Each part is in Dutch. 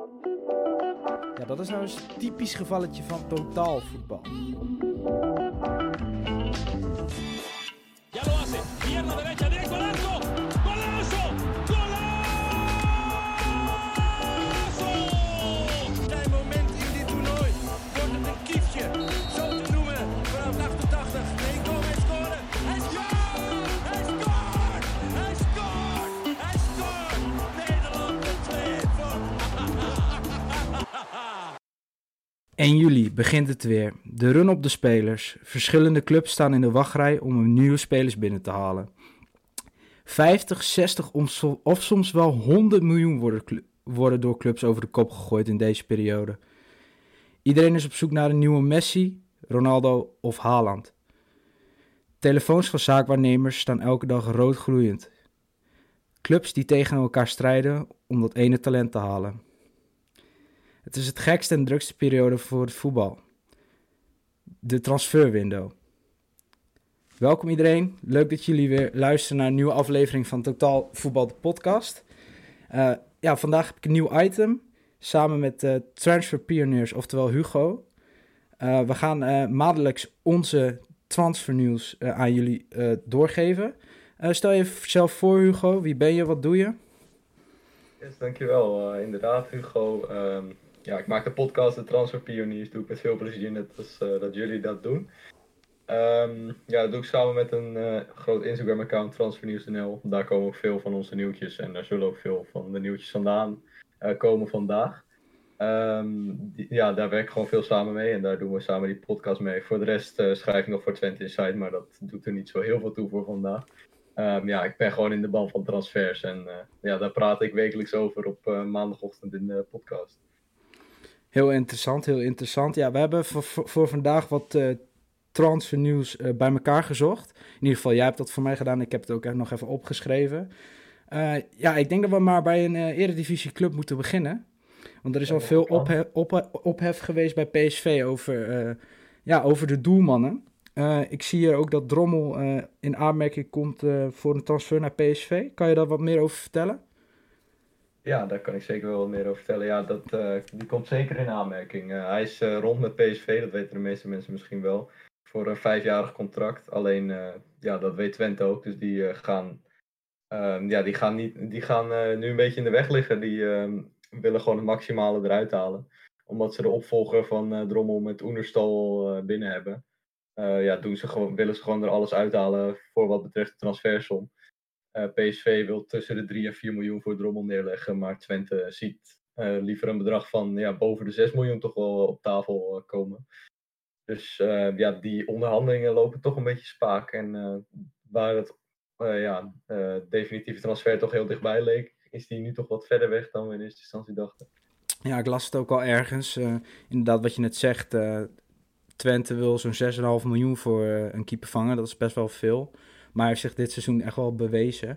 Ja, dat is nou eens een typisch gevalletje van totaalvoetbal. Ya lo hace, pierna derecha, directo al arco, golazo, golazo! Zijn moment in dit toernooi wordt het een kiefje, zo te noemen, vanaf 88. Nee, kom hij scoren, hij scoort, hij scoort, hij scoort, hij scoort! Nederland met 2-1 voor. 1 juli begint het weer. De run op de spelers. Verschillende clubs staan in de wachtrij om nieuwe spelers binnen te halen. 50, 60 of soms wel 100 miljoen worden door clubs over de kop gegooid in deze periode. Iedereen is op zoek naar een nieuwe Messi, Ronaldo of Haaland. Telefoons van zaakwaarnemers staan elke dag roodgloeiend. Clubs die tegen elkaar strijden om dat ene talent te halen. Het is het gekste en drukste periode voor het voetbal. De transferwindow. Welkom iedereen. Leuk dat jullie weer luisteren naar een nieuwe aflevering van Totaal Voetbal de podcast. Vandaag heb ik een nieuw item. Samen met Transfer Pioneers, oftewel Hugo. We gaan maandelijks onze transfernieuws aan jullie doorgeven. Stel je zelf voor Hugo. Wie ben je? Wat doe je? Yes, dankjewel. Inderdaad, Hugo. Ik maak de podcast De Transfer Pioniers. Doe ik met veel plezier, net als dat jullie dat doen. Dat doe ik samen met een groot Instagram-account, transfernieuws.nl. Daar komen ook veel van onze nieuwtjes en daar zullen ook veel van de nieuwtjes vandaan komen vandaag. Daar werk ik gewoon veel samen mee en daar doen we samen die podcast mee. Voor de rest schrijf ik nog voor Twente Insight, maar dat doet er niet zo heel veel toe voor vandaag. Ik ben gewoon in de ban van transfers en daar praat ik wekelijks over op maandagochtend in de podcast. Heel interessant, heel interessant. Ja, we hebben voor vandaag wat transfernieuws bij elkaar gezocht. In ieder geval, jij hebt dat voor mij gedaan. Ik heb het ook nog even opgeschreven. Ik denk dat we maar bij een eredivisieclub moeten beginnen. Want er is al veel ophef geweest bij PSV over de doelmannen. Ik zie hier ook dat Drommel in aanmerking komt voor een transfer naar PSV. Kan je daar wat meer over vertellen? Ja, daar kan ik zeker wel wat meer over vertellen. Ja, die komt zeker in aanmerking. Hij is rond met PSV, dat weten de meeste mensen misschien wel. Voor een 5-jarig contract. Alleen, dat weet Twente ook. Dus die gaan nu een beetje in de weg liggen. Die willen gewoon het maximale eruit halen. Omdat ze de opvolger van Drommel met Oenerstal binnen hebben. Willen ze gewoon er alles uithalen voor wat betreft de transfersom. PSV wil tussen de 3 en 4 miljoen voor Drommel neerleggen. Maar Twente ziet liever een bedrag van boven de 6 miljoen toch wel op tafel komen. Dus die onderhandelingen lopen toch een beetje spaak. En waar het definitieve transfer toch heel dichtbij leek, is die nu toch wat verder weg dan we in eerste instantie dachten. Ja, ik las het ook al ergens. Inderdaad, wat je net zegt, Twente wil zo'n 6,5 miljoen voor een keeper vangen. Dat is best wel veel. Maar hij heeft zich dit seizoen echt wel bewezen.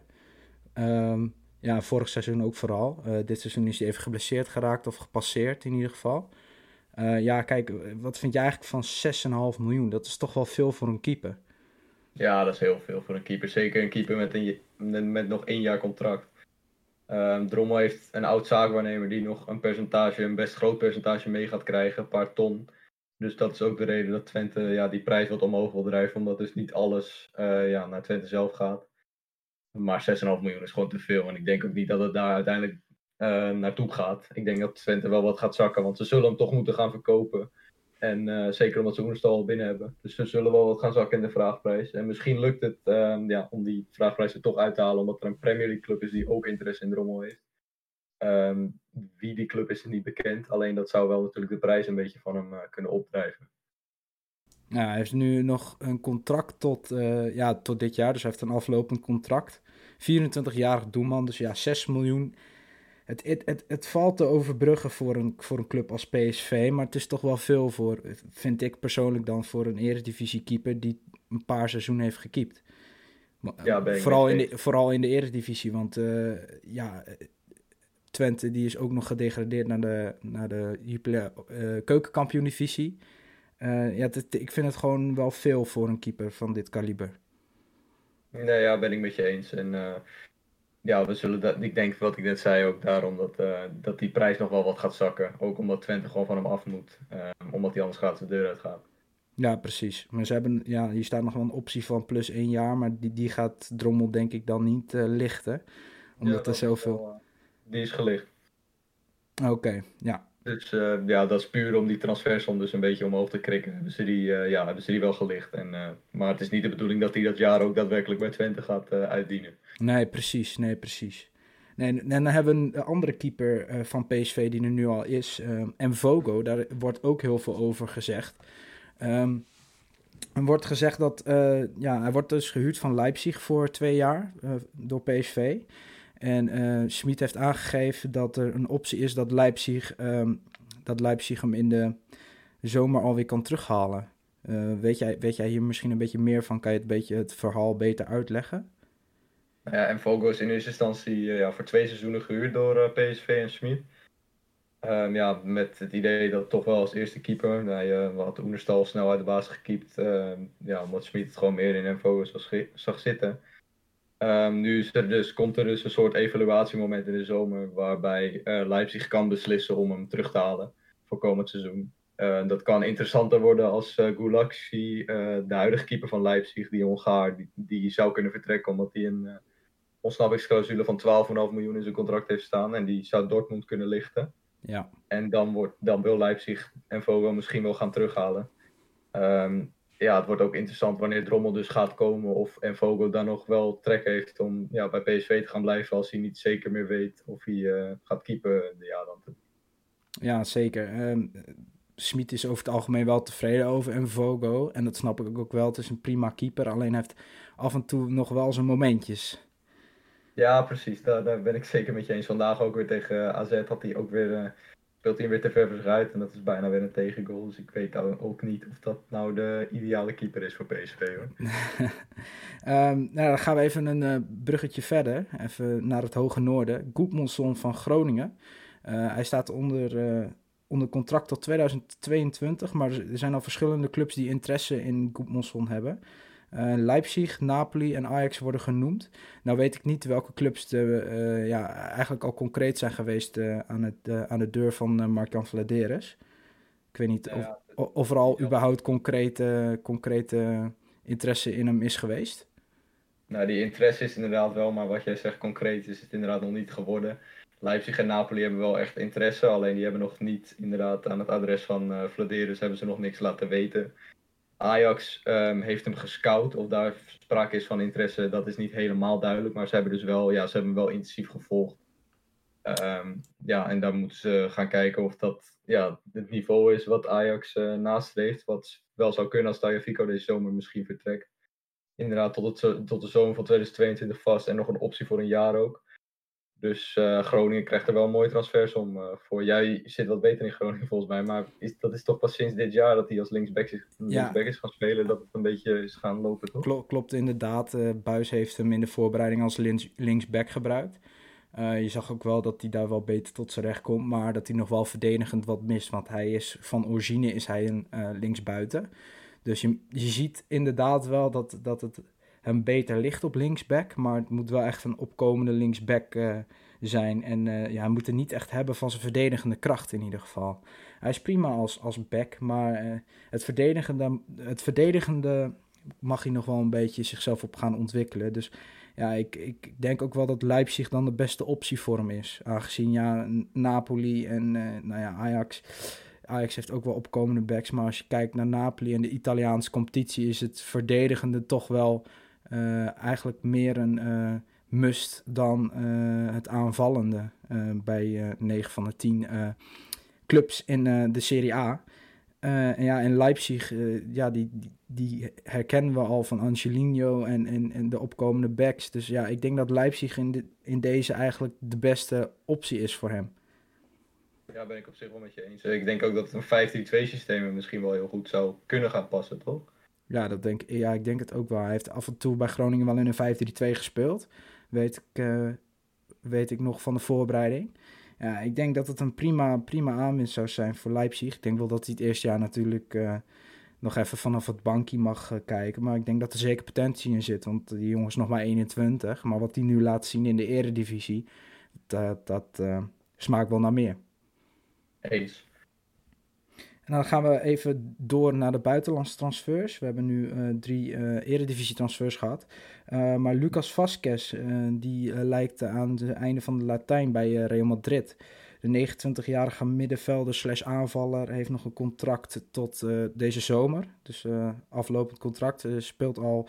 Vorig seizoen ook vooral. Dit seizoen is hij even geblesseerd geraakt of gepasseerd in ieder geval. Wat vind je eigenlijk van 6,5 miljoen? Dat is toch wel veel voor een keeper. Ja, dat is heel veel voor een keeper. Zeker een keeper met nog 1 jaar contract. Drommel heeft een oud zaakwaarnemer die nog een best groot percentage mee gaat krijgen, een paar ton. Dus dat is ook de reden dat Twente die prijs wat omhoog wil drijven, omdat dus niet alles naar Twente zelf gaat. Maar 6,5 miljoen is gewoon te veel en ik denk ook niet dat het daar uiteindelijk naartoe gaat. Ik denk dat Twente wel wat gaat zakken, want ze zullen hem toch moeten gaan verkopen. En zeker omdat ze Oenerstal al binnen hebben. Dus ze zullen wel wat gaan zakken in de vraagprijs. En misschien lukt het om die vraagprijs er toch uit te halen, omdat er een Premier League club is die ook interesse in Drommel heeft. Wie die club is niet bekend. Alleen dat zou wel natuurlijk de prijs een beetje van hem kunnen opdrijven. Nou, hij heeft nu nog een contract tot dit jaar. Dus hij heeft een aflopend contract. 24-jarig doelman, dus 6 miljoen. Het valt te overbruggen voor een club als PSV. Maar het is toch wel veel vind ik persoonlijk dan, voor een eredivisie-keeper die een paar seizoenen heeft gekiept. Vooral in de eredivisie, want Twente die is ook nog gedegradeerd naar de keukenkampioen-divisie. Ik vind het gewoon wel veel voor een keeper van dit kaliber. Nee, ja, ben ik met je eens. En Ja, ik denk wat ik net zei ook daarom dat die prijs nog wel wat gaat zakken. Ook omdat Twente gewoon van hem af moet. Omdat hij anders gaat de deur uit gaat. Ja, precies. Maar ze hebben, ja, hier staat nog wel een optie van plus 1 jaar, maar die gaat Drommel denk ik dan niet lichten. Ja, Omdat er zoveel... die is gelicht. Oké, ja. Dus ja, dat is puur om die transfersom dus een beetje omhoog te krikken. Hebben ze die wel gelicht. Maar het is niet de bedoeling dat hij dat jaar ook daadwerkelijk bij Twente gaat uitdienen. Nee, precies. Nee, precies. Nee, en dan hebben we een andere keeper van PSV die er nu al is. Mvogo, daar wordt ook heel veel over gezegd. Er wordt gezegd dat hij wordt dus gehuurd van Leipzig voor 2 jaar door PSV. En Schmid heeft aangegeven dat er een optie is dat Leipzig hem in de zomer alweer kan terughalen. Weet jij hier misschien een beetje meer van? Kan je het verhaal beter uitleggen? Nou ja, en Vogel is in eerste instantie voor 2 seizoenen gehuurd door PSV en Schmid. Ja, met het idee dat toch wel als eerste keeper. We hadden Oenerstal snel uit de basis gekiept. Omdat Schmid het gewoon meer in Vogel zag zitten. Nu komt er dus een soort evaluatiemoment in de zomer waarbij Leipzig kan beslissen om hem terug te halen voor komend seizoen. Dat kan interessanter worden als Gulaxi, de huidige keeper van Leipzig, die Hongaar, die zou kunnen vertrekken omdat hij een ontsnappingsclausule van 12,5 miljoen in zijn contract heeft staan en die zou Dortmund kunnen lichten. Ja. En dan wil Leipzig en Vogel misschien wel gaan terughalen. Ja, het wordt ook interessant wanneer Drommel dus gaat komen of Vogel dan nog wel trek heeft om bij PSV te gaan blijven als hij niet zeker meer weet of hij gaat keepen. Ja, zeker. Schmid is over het algemeen wel tevreden over Mvogo. En dat snap ik ook wel. Het is een prima keeper. Alleen hij heeft af en toe nog wel zijn momentjes. Ja, precies. Daar ben ik zeker met je eens. Vandaag ook weer tegen AZ speelt hij hem weer te ver voor zich uit. En dat is bijna weer een tegengoal. Dus ik weet ook niet of dat nou de ideale keeper is voor PSV, hoor. Dan gaan we even een bruggetje verder. Even naar het hoge noorden. Goedmanson van Groningen. Hij staat onder contract tot 2022. Maar er zijn al verschillende clubs die interesse in Goedmanson hebben. Leipzig, Napoli en Ajax worden genoemd. Nou weet ik niet welke clubs eigenlijk al concreet zijn geweest aan de deur van Marc-Jan Vladeres. Ik weet niet of er al überhaupt concrete interesse in hem is geweest. Nou, die interesse is inderdaad wel, maar wat jij zegt concreet is het inderdaad nog niet geworden. Leipzig en Napoli hebben wel echt interesse, alleen die hebben nog niet inderdaad aan het adres van Vladeres hebben ze nog niks laten weten. Ajax heeft hem gescout, of daar sprake is van interesse, dat is niet helemaal duidelijk. Maar ze hebben ze hebben hem wel intensief gevolgd. En daar moeten ze gaan kijken of dat het niveau is wat Ajax nastreeft. Wat wel zou kunnen als Tagliafico deze zomer misschien vertrekt. Inderdaad tot de zomer van 2022 vast en nog een optie voor een jaar ook. Dus Groningen krijgt er wel een mooie transfersom voor. Jij zit wat beter in Groningen volgens mij. Maar dat is toch pas sinds dit jaar dat hij als linksback is gaan spelen. Dat het een beetje is gaan lopen, toch? Klopt inderdaad. Buijs heeft hem in de voorbereiding als linksback gebruikt. Je zag ook wel dat hij daar wel beter tot zijn recht komt. Maar dat hij nog wel verdedigend wat mist. Want van origine is hij een linksbuiten. Dus je ziet inderdaad wel dat het hem beter ligt op linksback. Maar het moet wel echt een opkomende linksback zijn. En hij moet er niet echt hebben van zijn verdedigende kracht in ieder geval. Hij is prima als back, maar het verdedigende mag hij nog wel een beetje zichzelf op gaan ontwikkelen. Dus ja, ik denk ook wel dat Leipzig dan de beste optie voor hem is. Aangezien Napoli en Ajax... Ajax heeft ook wel opkomende backs, maar als je kijkt naar Napoli en de Italiaanse competitie is het verdedigende toch wel eigenlijk meer een must dan het aanvallende bij 9 van de 10 clubs in de Serie A. En Leipzig, die herkennen we al van Angelino en de opkomende backs. Dus ja, ik denk dat Leipzig in deze eigenlijk de beste optie is voor hem. Ja, ben ik op zich wel met je eens. Ik denk ook dat een 5-3-2 systeem misschien wel heel goed zou kunnen gaan passen, toch? Ja, ik denk het ook wel. Hij heeft af en toe bij Groningen wel in een 5-3-2 gespeeld. Weet ik nog van de voorbereiding. Ja, ik denk dat het een prima aanwinst zou zijn voor Leipzig. Ik denk wel dat hij het eerste jaar natuurlijk nog even vanaf het bankje mag kijken. Maar ik denk dat er zeker potentie in zit. Want die jongen is nog maar 21. Maar wat hij nu laat zien in de eredivisie, dat smaakt wel naar meer. Eens. En dan gaan we even door naar de buitenlandse transfers. We hebben nu 3 eredivisie transfers gehad. Maar Lucas Vazquez, die lijkt aan het einde van de Latijn bij Real Madrid. De 29-jarige middenvelder / aanvaller heeft nog een contract tot deze zomer. Dus aflopend contract. Speelt al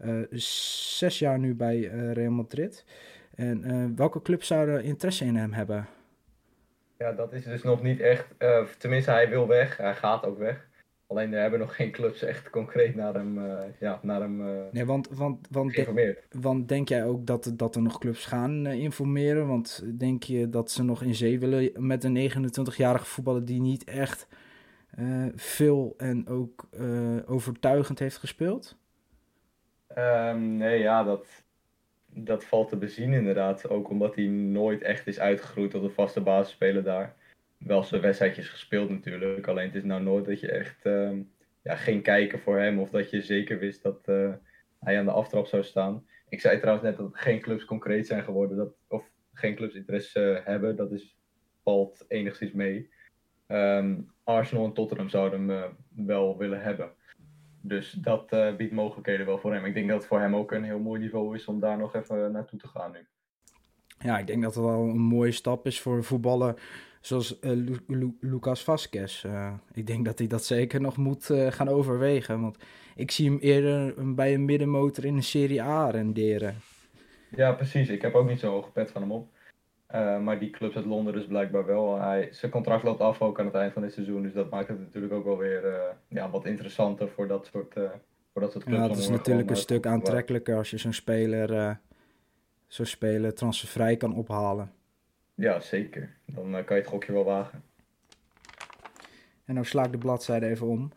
6 jaar nu bij Real Madrid. En welke clubs zouden interesse in hem hebben? Ja, dat is dus nog niet echt. Tenminste, hij wil weg. Hij gaat ook weg. Alleen er hebben nog geen clubs echt concreet naar hem, Nee, want geïnformeerd. want denk jij ook dat er nog clubs gaan informeren? Want denk je dat ze nog in zee willen met een 29-jarige voetballer die niet echt veel en ook overtuigend heeft gespeeld? Nee, ja, dat valt te bezien inderdaad. Ook omdat hij nooit echt is uitgegroeid tot een vaste basisspeler daar. Wel zijn wedstrijdjes gespeeld natuurlijk. Alleen het is nou nooit dat je echt geen kijker voor hem. Of dat je zeker wist dat hij aan de aftrap zou staan. Ik zei trouwens net dat geen clubs concreet zijn geworden. Of geen clubs interesse hebben. Valt enigszins mee. Arsenal en Tottenham zouden hem wel willen hebben. Dus dat biedt mogelijkheden wel voor hem. Ik denk dat het voor hem ook een heel mooi niveau is om daar nog even naartoe te gaan nu. Ja, ik denk dat het wel een mooie stap is voor een voetballer zoals Lucas Vazquez. Ik denk dat hij dat zeker nog moet gaan overwegen. Want ik zie hem eerder bij een middenmotor in de Serie A renderen. Ja, precies. Ik heb ook niet zo'n hoge pet van hem op. Maar die clubs uit Londen dus blijkbaar wel. Zijn contract loopt af ook aan het eind van dit seizoen. Dus dat maakt het natuurlijk ook wel weer wat interessanter voor dat soort clubs. Ja, het is natuurlijk een stuk aantrekkelijker als je zo'n speler transfervrij kan ophalen. Ja, zeker. Dan kan je het gokje wel wagen. En nou sla ik de bladzijde even om.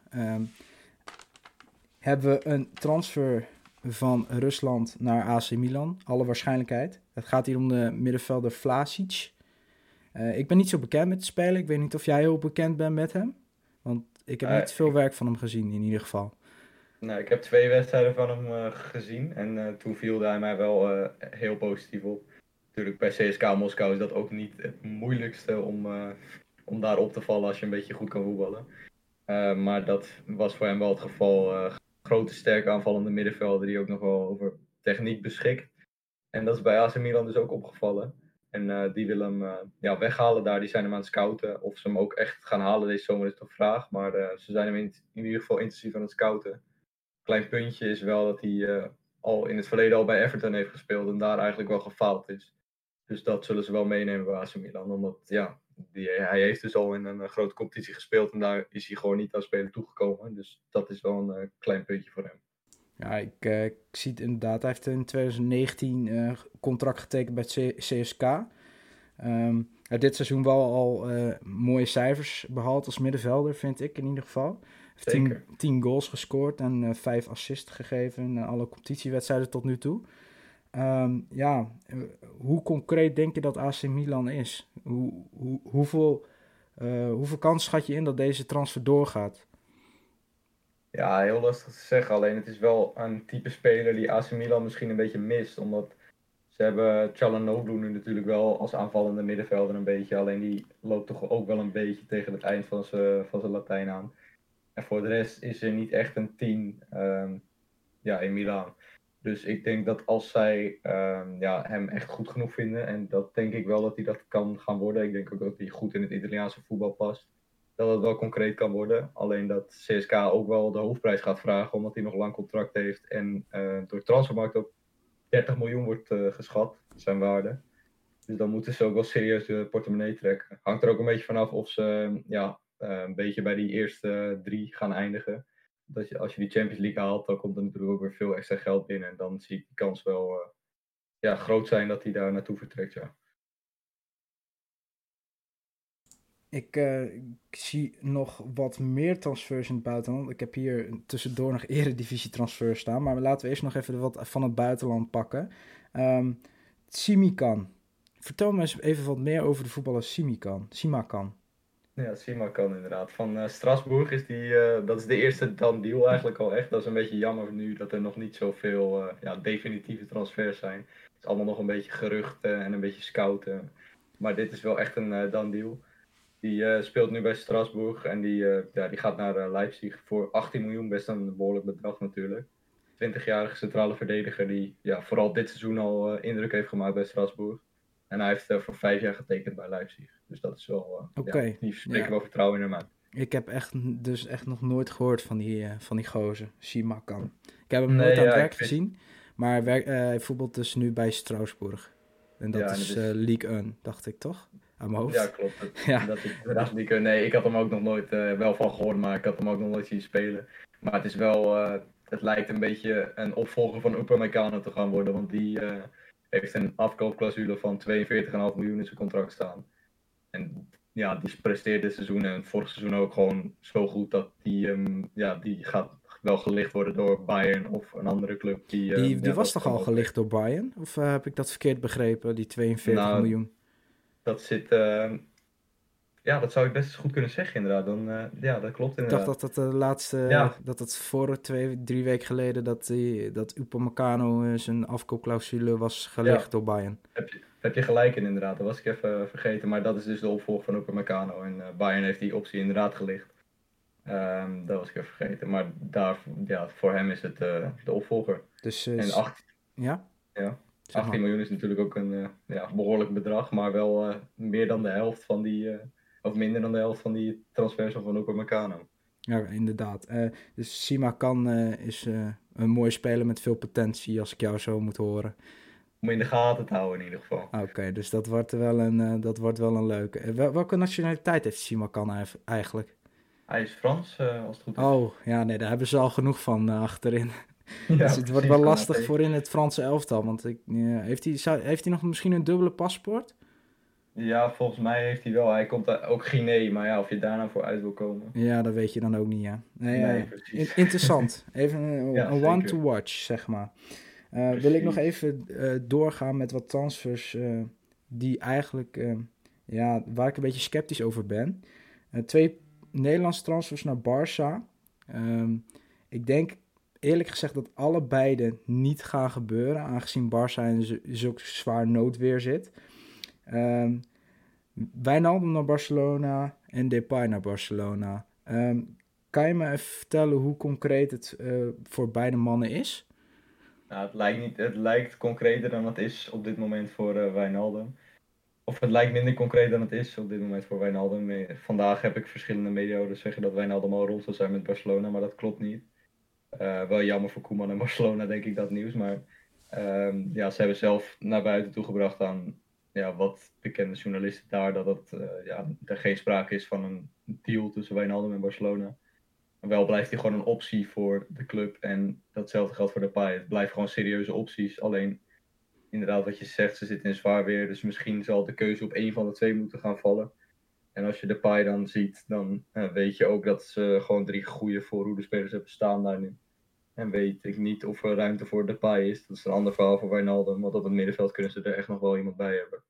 Hebben we een transfer van Rusland naar AC Milan? Alle waarschijnlijkheid. Het gaat hier om de middenvelder Vlasic. Ik ben niet zo bekend met de speler. Ik weet niet of jij heel bekend bent met hem. Want ik heb niet veel werk van hem gezien in ieder geval. Nou, ik heb 2 wedstrijden van hem gezien. En toen viel hij mij wel heel positief op. Natuurlijk bij CSKA Moskou is dat ook niet het moeilijkste om daar op te vallen als je een beetje goed kan voetballen. Maar dat was voor hem wel het geval. Grote, sterke aanvallende middenvelder die ook nog wel over techniek beschikt. En dat is bij AC Milan dus ook opgevallen. En die willen hem weghalen daar. Die zijn hem aan het scouten. Of ze hem ook echt gaan halen deze zomer is toch vraag. Maar ze zijn hem in ieder geval intensief aan het scouten. Klein puntje is wel dat hij al in het verleden al bij Everton heeft gespeeld. En daar eigenlijk wel gefaald is. Dus dat zullen ze wel meenemen bij AC Milan. Omdat hij heeft dus al in een grote competitie gespeeld. En daar is hij gewoon niet als speler toegekomen. Dus dat is wel een klein puntje voor hem. Ja, ik zie het inderdaad. Hij heeft in 2019 contract getekend bij CSKA. Hij heeft dit seizoen wel al mooie cijfers behaald als middenvelder, vind ik in ieder geval. Hij heeft 10 goals gescoord en 5 assists gegeven in alle competitiewedstrijden tot nu toe. Hoe concreet denk je dat AC Milan is? Hoeveel kans schat je in dat deze transfer doorgaat? Ja, heel lastig te zeggen. Alleen het is wel een type speler die AC Milan misschien een beetje mist. Omdat ze hebben Çalhanoğlu nu natuurlijk wel als aanvallende middenvelder een beetje. Alleen die loopt toch ook wel een beetje tegen het eind van zijn Latijn aan. En voor de rest is er niet echt een 10 in Milaan. Dus ik denk dat als zij hem echt goed genoeg vinden. En dat denk ik wel dat hij dat kan gaan worden. Ik denk ook dat hij goed in het Italiaanse voetbal past. Dat het wel concreet kan worden. Alleen dat CSKA ook wel de hoofdprijs gaat vragen. Omdat hij nog lang contract heeft. En door Transfermarkt ook 30 miljoen wordt geschat. Zijn waarde. Dus dan moeten ze ook wel serieus de portemonnee trekken. Hangt er ook een beetje vanaf of ze een beetje bij die eerste 3 gaan eindigen. Als je die Champions League haalt, dan komt er natuurlijk ook weer veel extra geld binnen. En dan zie ik de kans wel groot zijn dat hij daar naartoe vertrekt. Ja. Ik zie nog wat meer transfers in het buitenland. Ik heb hier tussendoor nog eredivisie transfers staan. Maar laten we eerst nog even wat van het buitenland pakken. Simakan. Vertel me eens even wat meer over de voetballer Simakan. Ja, Sima kan inderdaad. Van Strasbourg is dat is de eerste dan deal eigenlijk al echt. Dat is een beetje jammer nu dat er nog niet zoveel definitieve transfers zijn. Het is allemaal nog een beetje geruchten en een beetje scouten. Maar dit is wel echt een dan deal. Die speelt nu bij Strasbourg en die gaat naar Leipzig voor 18 miljoen. Best een behoorlijk bedrag natuurlijk. 20-jarige centrale verdediger die vooral dit seizoen al indruk heeft gemaakt bij Strasbourg. En hij heeft voor 5 jaar getekend bij Leipzig. Dus dat is wel, Oké, die spreken ja. wel vertrouwen in hem uit. Ik heb echt nog nooit gehoord van die gozer, Simakan. Ik heb hem Nee, nooit aan het ja, werk ik wist- gezien, maar hij voetbalt dus nu bij Strasbourg. En dat Ja, en is het is- League 1, dacht ik toch? Aan mijn Ja, hoofd. klopt. Ja, Dat is inderdaad niet kunnen. Nee, ik had hem ook nog nooit wel van gehoord, maar ik had hem ook nog nooit zien spelen. Maar het is wel, het lijkt een beetje een opvolger van Upamecano te gaan worden, want die heeft een afkoopclausule van 42,5 miljoen in zijn contract staan. En ja, die presteert dit seizoen en vorig seizoen ook gewoon zo goed dat die gaat wel gelicht worden door Bayern of een andere club die was dat toch al gewoon gelicht door Bayern? Of heb ik dat verkeerd begrepen, die 42 Nou, miljoen? dat zit, ja, dat zou ik best eens goed kunnen zeggen inderdaad. Ja, dat klopt Ik dacht inderdaad. dat dat de laatste, Ja, dat het voor 2-3 weken geleden dat Upamecano zijn afkoopclausule was gelicht ja, door Bayern. heb je gelijk in inderdaad. Dat was ik even vergeten, maar dat is dus de opvolger van Upamecano. En Bayern heeft die optie inderdaad gelicht. Dat was ik even vergeten. Maar voor hem is het de opvolger. Dus En ja, ja, zeg 18 maar. miljoen is natuurlijk ook een behoorlijk bedrag, maar wel meer dan de helft van of minder dan de helft van die transfers van Upamecano. Ja, inderdaad. Dus Simakan is een mooie speler met veel potentie, als ik jou zo moet horen. Om in de gaten te houden in ieder geval. Oké, dus dat wordt wel een leuke. Welke nationaliteit heeft Simakan eigenlijk? Hij is Frans, als het goed is. Oh, ja, nee, daar hebben ze al genoeg van achterin. Ja, Dus het wordt precies, wel Konaté. lastig voor in het Franse elftal. Want heeft hij nog misschien een dubbele paspoort? Ja, volgens mij heeft hij wel. Hij komt ook Guinea, maar ja, of je daar nou voor uit wil komen. Ja, dat weet je dan ook niet, ja. Nee, Nee, precies. interessant. Even Ja, een one zeker. to watch, zeg maar. Wil ik Precies. nog even doorgaan met wat transfers die eigenlijk, waar ik een beetje sceptisch over ben. 2 Nederlandse transfers naar Barça. Ik denk eerlijk gezegd dat allebei niet gaan gebeuren, aangezien Barça in zulk zwaar noodweer zit. Um, Wijnaldum naar Barcelona en Depay naar Barcelona. Kan je me even vertellen hoe concreet het voor beide mannen is? Nou, het lijkt concreter dan het is op dit moment voor Wijnaldum. Of het lijkt minder concreet dan het is op dit moment voor Wijnaldum. Vandaag heb ik verschillende media zeggen dat Wijnaldum al rond zou zijn met Barcelona, maar dat klopt niet. Wel jammer voor Koeman en Barcelona, denk ik, dat nieuws. Maar ze hebben zelf naar buiten toegebracht aan wat bekende journalisten daar, dat er geen sprake is van een deal tussen Wijnaldum en Barcelona. Wel blijft hij gewoon een optie voor de club en datzelfde geldt voor Depay. Het blijft gewoon serieuze opties. Alleen, inderdaad wat je zegt, ze zitten in zwaar weer. Dus misschien zal de keuze op één van de twee moeten gaan vallen. En als je Depay dan ziet, dan weet je ook dat ze gewoon 3 goede voorhoedespelers hebben staan daar nu. En weet ik niet of er ruimte voor Depay is. Dat is een ander verhaal voor Wijnaldum. Want op het middenveld kunnen ze er echt nog wel iemand bij hebben.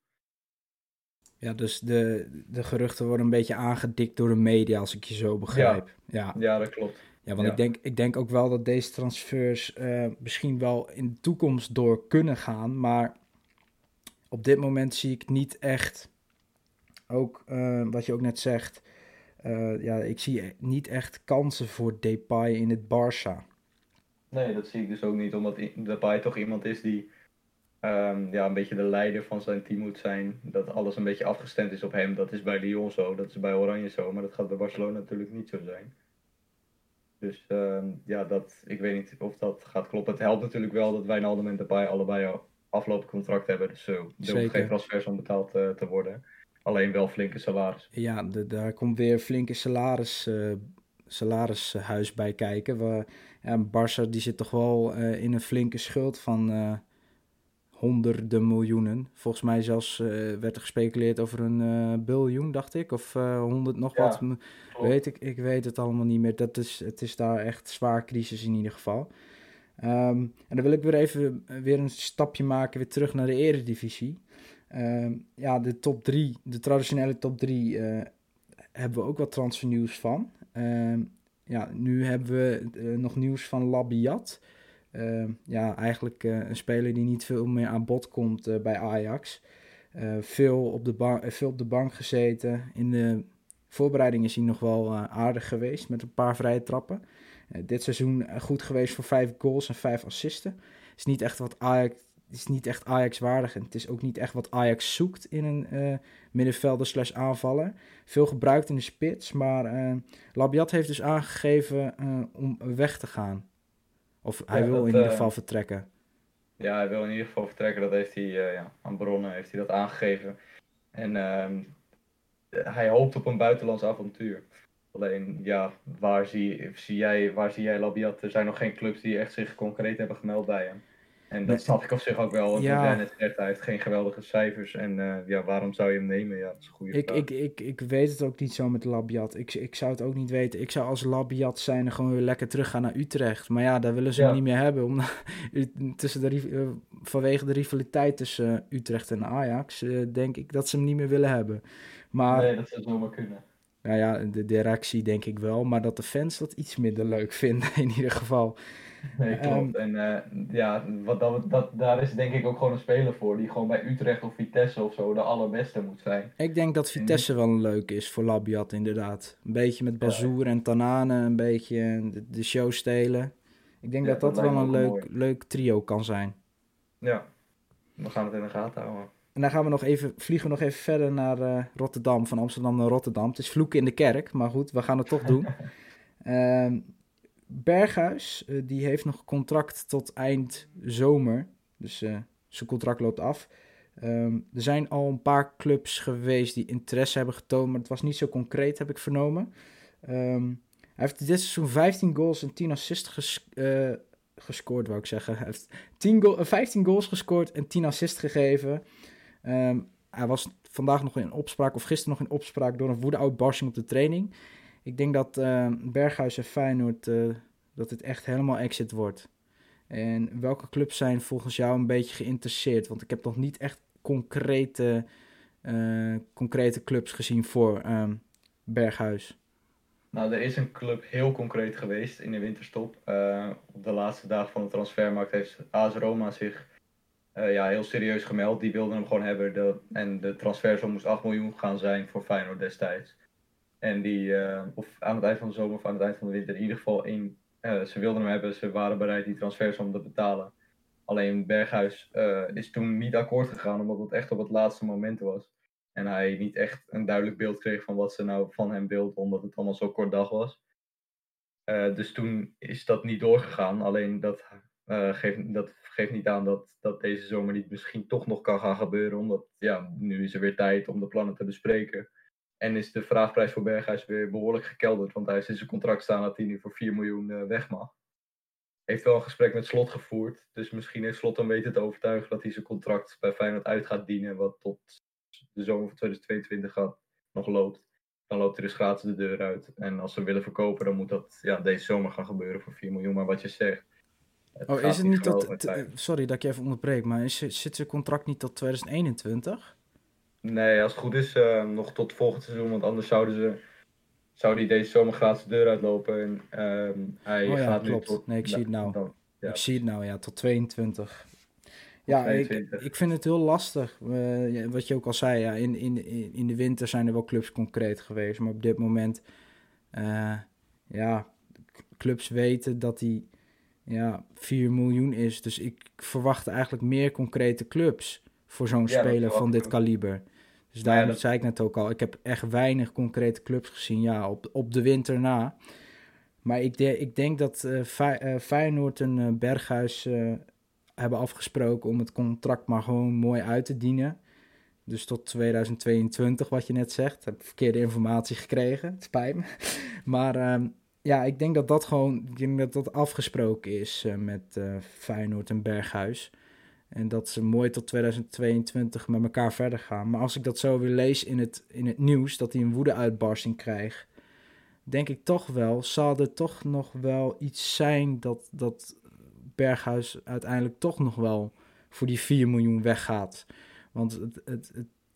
Ja, dus de geruchten worden een beetje aangedikt door de media, als ik je zo begrijp. Ja, dat klopt. Ja, want ik denk ook wel dat deze transfers misschien wel in de toekomst door kunnen gaan. Maar op dit moment zie ik niet echt, ook wat je ook net zegt, ik zie niet echt kansen voor Depay in het Barça. Nee, dat zie ik dus ook niet. Omdat Depay toch iemand is die een beetje de leider van zijn team moet zijn. Dat alles een beetje afgestemd is op hem. Dat is bij Lyon zo, dat is bij Oranje zo. Maar dat gaat bij Barcelona natuurlijk niet zo zijn. Dus ik weet niet of dat gaat kloppen. Het helpt natuurlijk wel dat Wijnaldum en Depay allebei al aflopend contract hebben. Dus er hoeft geen transfers om betaald te worden. Alleen wel flinke salaris. Ja, daar komt weer flinke salarishuis bij kijken. Barça die zit toch wel in een flinke schuld van honderden miljoenen. Volgens mij zelfs werd er gespeculeerd over een biljoen, dacht ik. Of 100 nog Ja, wat. klopt. Ik weet het allemaal niet meer. Het is daar echt zwaar crisis in ieder geval. En dan wil ik weer een stapje maken, weer terug naar de Eredivisie. De top 3, de traditionele top 3, hebben we ook wat transfernieuws van. Nu hebben we nog nieuws van Labiat. Eigenlijk een speler die niet veel meer aan bod komt bij Ajax. Veel op de bank gezeten. In de voorbereiding is hij nog wel aardig geweest met een paar vrije trappen. Dit seizoen goed geweest voor 5 goals en 5 assisten. Is niet echt wat Ajax... Het is niet echt Ajax-waardig en het is ook niet echt wat Ajax zoekt in een middenvelder / aanvaller. Veel gebruikt in de spits, maar Labiat heeft dus aangegeven om weg te gaan. Of hij wil in ieder geval vertrekken. Ja, hij wil in ieder geval vertrekken. Dat heeft hij aan bronnen heeft hij dat aangegeven. En hij hoopt op een buitenlands avontuur. Alleen, ja, waar zie jij Labiat? Er zijn nog geen clubs die echt zich concreet hebben gemeld bij hem. En dat snap ik op zich ook wel. Want Ja. jij net zegt, hij heeft geen geweldige cijfers. En waarom zou je hem nemen? Ja, dat is een goede vraag. Ik weet het ook niet zo met Labiat. Ik zou het ook niet weten. Ik zou als Labiat zijn gewoon weer lekker teruggaan naar Utrecht. Maar ja, daar willen ze hem niet meer hebben. Vanwege de rivaliteit tussen Utrecht en Ajax denk ik dat ze hem niet meer willen hebben. Maar, nee, dat zou zomaar kunnen. Nou ja, de directie denk ik wel. Maar dat de fans dat iets minder leuk vinden in ieder geval. Nee, klopt. En daar is denk ik ook gewoon een speler voor. Die gewoon bij Utrecht of Vitesse of zo de allerbeste moet zijn. Ik denk dat Vitesse wel een leuk is voor Labiat inderdaad. Een beetje met Bazoer en Tanane, een beetje de show stelen. Ik denk dat wel een leuk trio kan zijn. Ja, we gaan het in de gaten houden. En dan vliegen we nog even verder naar Rotterdam, van Amsterdam naar Rotterdam. Het is vloeken in de kerk, maar goed, we gaan het toch doen. Berghuis, die heeft nog contract tot eind zomer. Dus zijn contract loopt af. Er zijn al een paar clubs geweest die interesse hebben getoond, maar het was niet zo concreet, heb ik vernomen. Hij heeft dit seizoen 15 goals en 10 assists gescoord, wou ik zeggen. Hij heeft 15 goals gescoord en 10 assists gegeven. Hij was vandaag nog in opspraak, of gisteren nog in opspraak, door een woedeuitbarsting op de training. Ik denk dat Berghuis en Feyenoord, dat het echt helemaal exit wordt. En welke clubs zijn volgens jou een beetje geïnteresseerd? Want ik heb nog niet echt concrete clubs gezien voor Berghuis. Nou, er is een club heel concreet geweest in de winterstop. Op de laatste dagen van de transfermarkt heeft AS Roma zich heel serieus gemeld. Die wilden hem gewoon hebben. En de transfersom moest 8 miljoen gaan zijn voor Feyenoord destijds. En of aan het eind van de zomer of aan het eind van de winter in ieder geval ze wilden hem hebben. Ze waren bereid die transfersom te betalen. Alleen Berghuis is toen niet akkoord gegaan, omdat het echt op het laatste moment was. En hij niet echt een duidelijk beeld kreeg van wat ze nou van hem wilden, omdat het allemaal zo kort dag was. Dus toen is dat niet doorgegaan. Alleen dat geeft niet aan dat deze zomer niet misschien toch nog kan gaan gebeuren. Omdat nu is er weer tijd om de plannen te bespreken. En is de vraagprijs voor Berghuis weer behoorlijk gekelderd. Want hij heeft in zijn contract staan dat hij nu voor 4 miljoen weg mag. Heeft wel een gesprek met Slot gevoerd. Dus misschien heeft Slot hem weten te overtuigen dat hij zijn contract bij Feyenoord uit gaat dienen. Wat tot de zomer van 2022 nog loopt. Dan loopt hij dus gratis de deur uit. En als ze willen verkopen, dan moet dat deze zomer gaan gebeuren voor 4 miljoen. Maar wat je zegt... is het niet tot... Sorry dat ik je even onderbreek, maar zit zijn contract niet tot 2021? Nee, als het goed is nog tot volgend seizoen. Want anders zou hij deze zomer gratis de deur uitlopen. En hij gaat klopt. nu tot... Nee, ik zie het nou. Ik zie het nou, tot 22. Ja, ik vind het heel lastig. Wat je ook al zei, in de winter zijn er wel clubs concreet geweest. Maar op dit moment, clubs weten dat die 4 miljoen is. Dus ik verwacht eigenlijk meer concrete clubs voor zo'n speler van dit kaliber. Dus daarom zei ik net ook al, ik heb echt weinig concrete clubs gezien, op de winter na. Maar ik denk dat Feyenoord en Berghuis hebben afgesproken om het contract maar gewoon mooi uit te dienen. Dus tot 2022, wat je net zegt. Ik heb verkeerde informatie gekregen, het spijt me. Maar ik denk dat afgesproken is met Feyenoord en Berghuis. En dat ze mooi tot 2022 met elkaar verder gaan. Maar als ik dat zo weer lees in het nieuws, dat hij een woedeuitbarsting krijgt, denk ik toch wel, zal er toch nog wel iets zijn dat Berghuis uiteindelijk toch nog wel voor die 4 miljoen weggaat. Want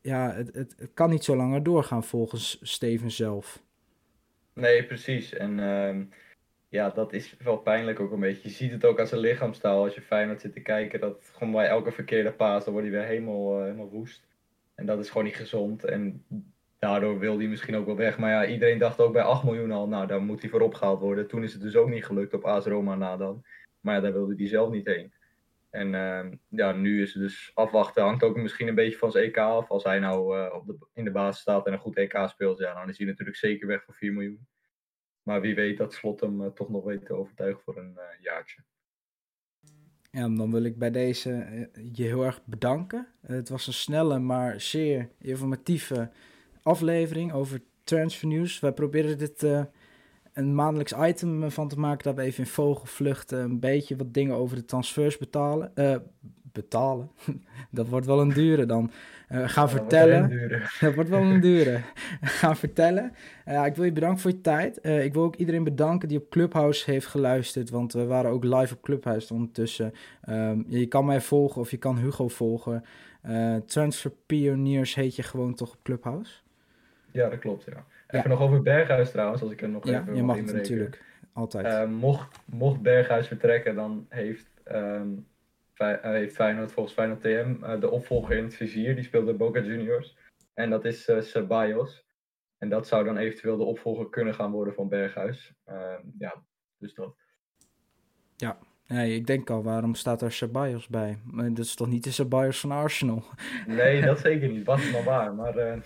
het kan niet zo langer doorgaan volgens Steven zelf. Nee, precies. En ja, dat is wel pijnlijk ook een beetje. Je ziet het ook aan zijn lichaamstaal als je Feyenoord zit te kijken. Dat gewoon bij elke verkeerde paas, dan wordt hij weer helemaal woest. En dat is gewoon niet gezond. En daardoor wil hij misschien ook wel weg. Maar ja, iedereen dacht ook bij 8 miljoen al, nou, daar moet hij voor opgehaald worden. Toen is het dus ook niet gelukt op AS Roma na dan. Maar ja, daar wilde hij zelf niet heen. En ja, nu is het dus afwachten. Hangt ook misschien een beetje van zijn EK af. Als hij nou in de basis staat en een goed EK speelt, ja, dan is hij natuurlijk zeker weg voor 4 miljoen. Maar wie weet dat Slot hem toch nog weet te overtuigen voor een jaartje. Ja, dan wil ik bij deze je heel erg bedanken. Het was een snelle, maar zeer informatieve aflevering over transfer nieuws. Wij proberen dit een maandelijks item van te maken, dat we even in vogelvlucht een beetje wat dingen over de transfers betalen. Dat wordt wel een dure dan. Gaan vertellen. Dat wordt wel een dure. Gaan vertellen. Ik wil je bedanken voor je tijd. Ik wil ook iedereen bedanken die op Clubhouse heeft geluisterd, want we waren ook live op Clubhouse ondertussen. Je kan mij volgen of je kan Hugo volgen. Transfer Pioniers heet je gewoon toch op Clubhouse? Ja, dat klopt, ja. Even nog over Berghuis trouwens, als ik er nog even je mag het inbreken. natuurlijk, altijd. Mocht Berghuis vertrekken, dan heeft Feyenoord volgens Feyenoord TM de opvolger in het vizier. Die speelt bij Boca Juniors. En dat is Ceballos. En dat zou dan eventueel de opvolger kunnen gaan worden van Berghuis. Ja, dus dat. Ja, nee, ik denk al, waarom staat er Ceballos bij? Maar dat is toch niet de Ceballos van Arsenal? Nee, dat zeker niet. Was het maar waar. Maar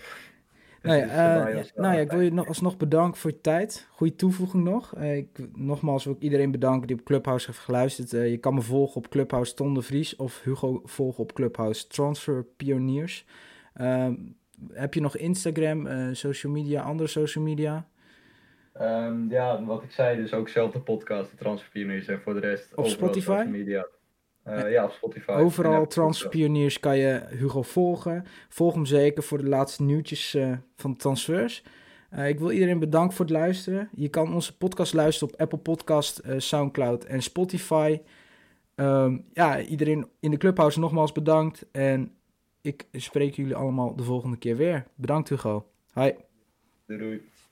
ik wil je alsnog bedanken voor je tijd. Goeie toevoeging nog. Nogmaals wil ik iedereen bedanken die op Clubhouse heeft geluisterd. Je kan me volgen op Clubhouse Ton de Vries of Hugo volgen op Clubhouse Transfer Pioniers. Heb je nog Instagram, social media, andere social media? Ja, wat ik zei, dus ook zelf de podcast, de Transfer Pioniers en voor de rest op Spotify? Social media. Ja, op Spotify. Overal Transfer Pioniers kan je Hugo volgen. Volg hem zeker voor de laatste nieuwtjes van de transfers. Ik wil iedereen bedanken voor het luisteren. Je kan onze podcast luisteren op Apple Podcast, Soundcloud en Spotify. Iedereen in de Clubhouse nogmaals bedankt. En ik spreek jullie allemaal de volgende keer weer. Bedankt Hugo. Hoi. Doei.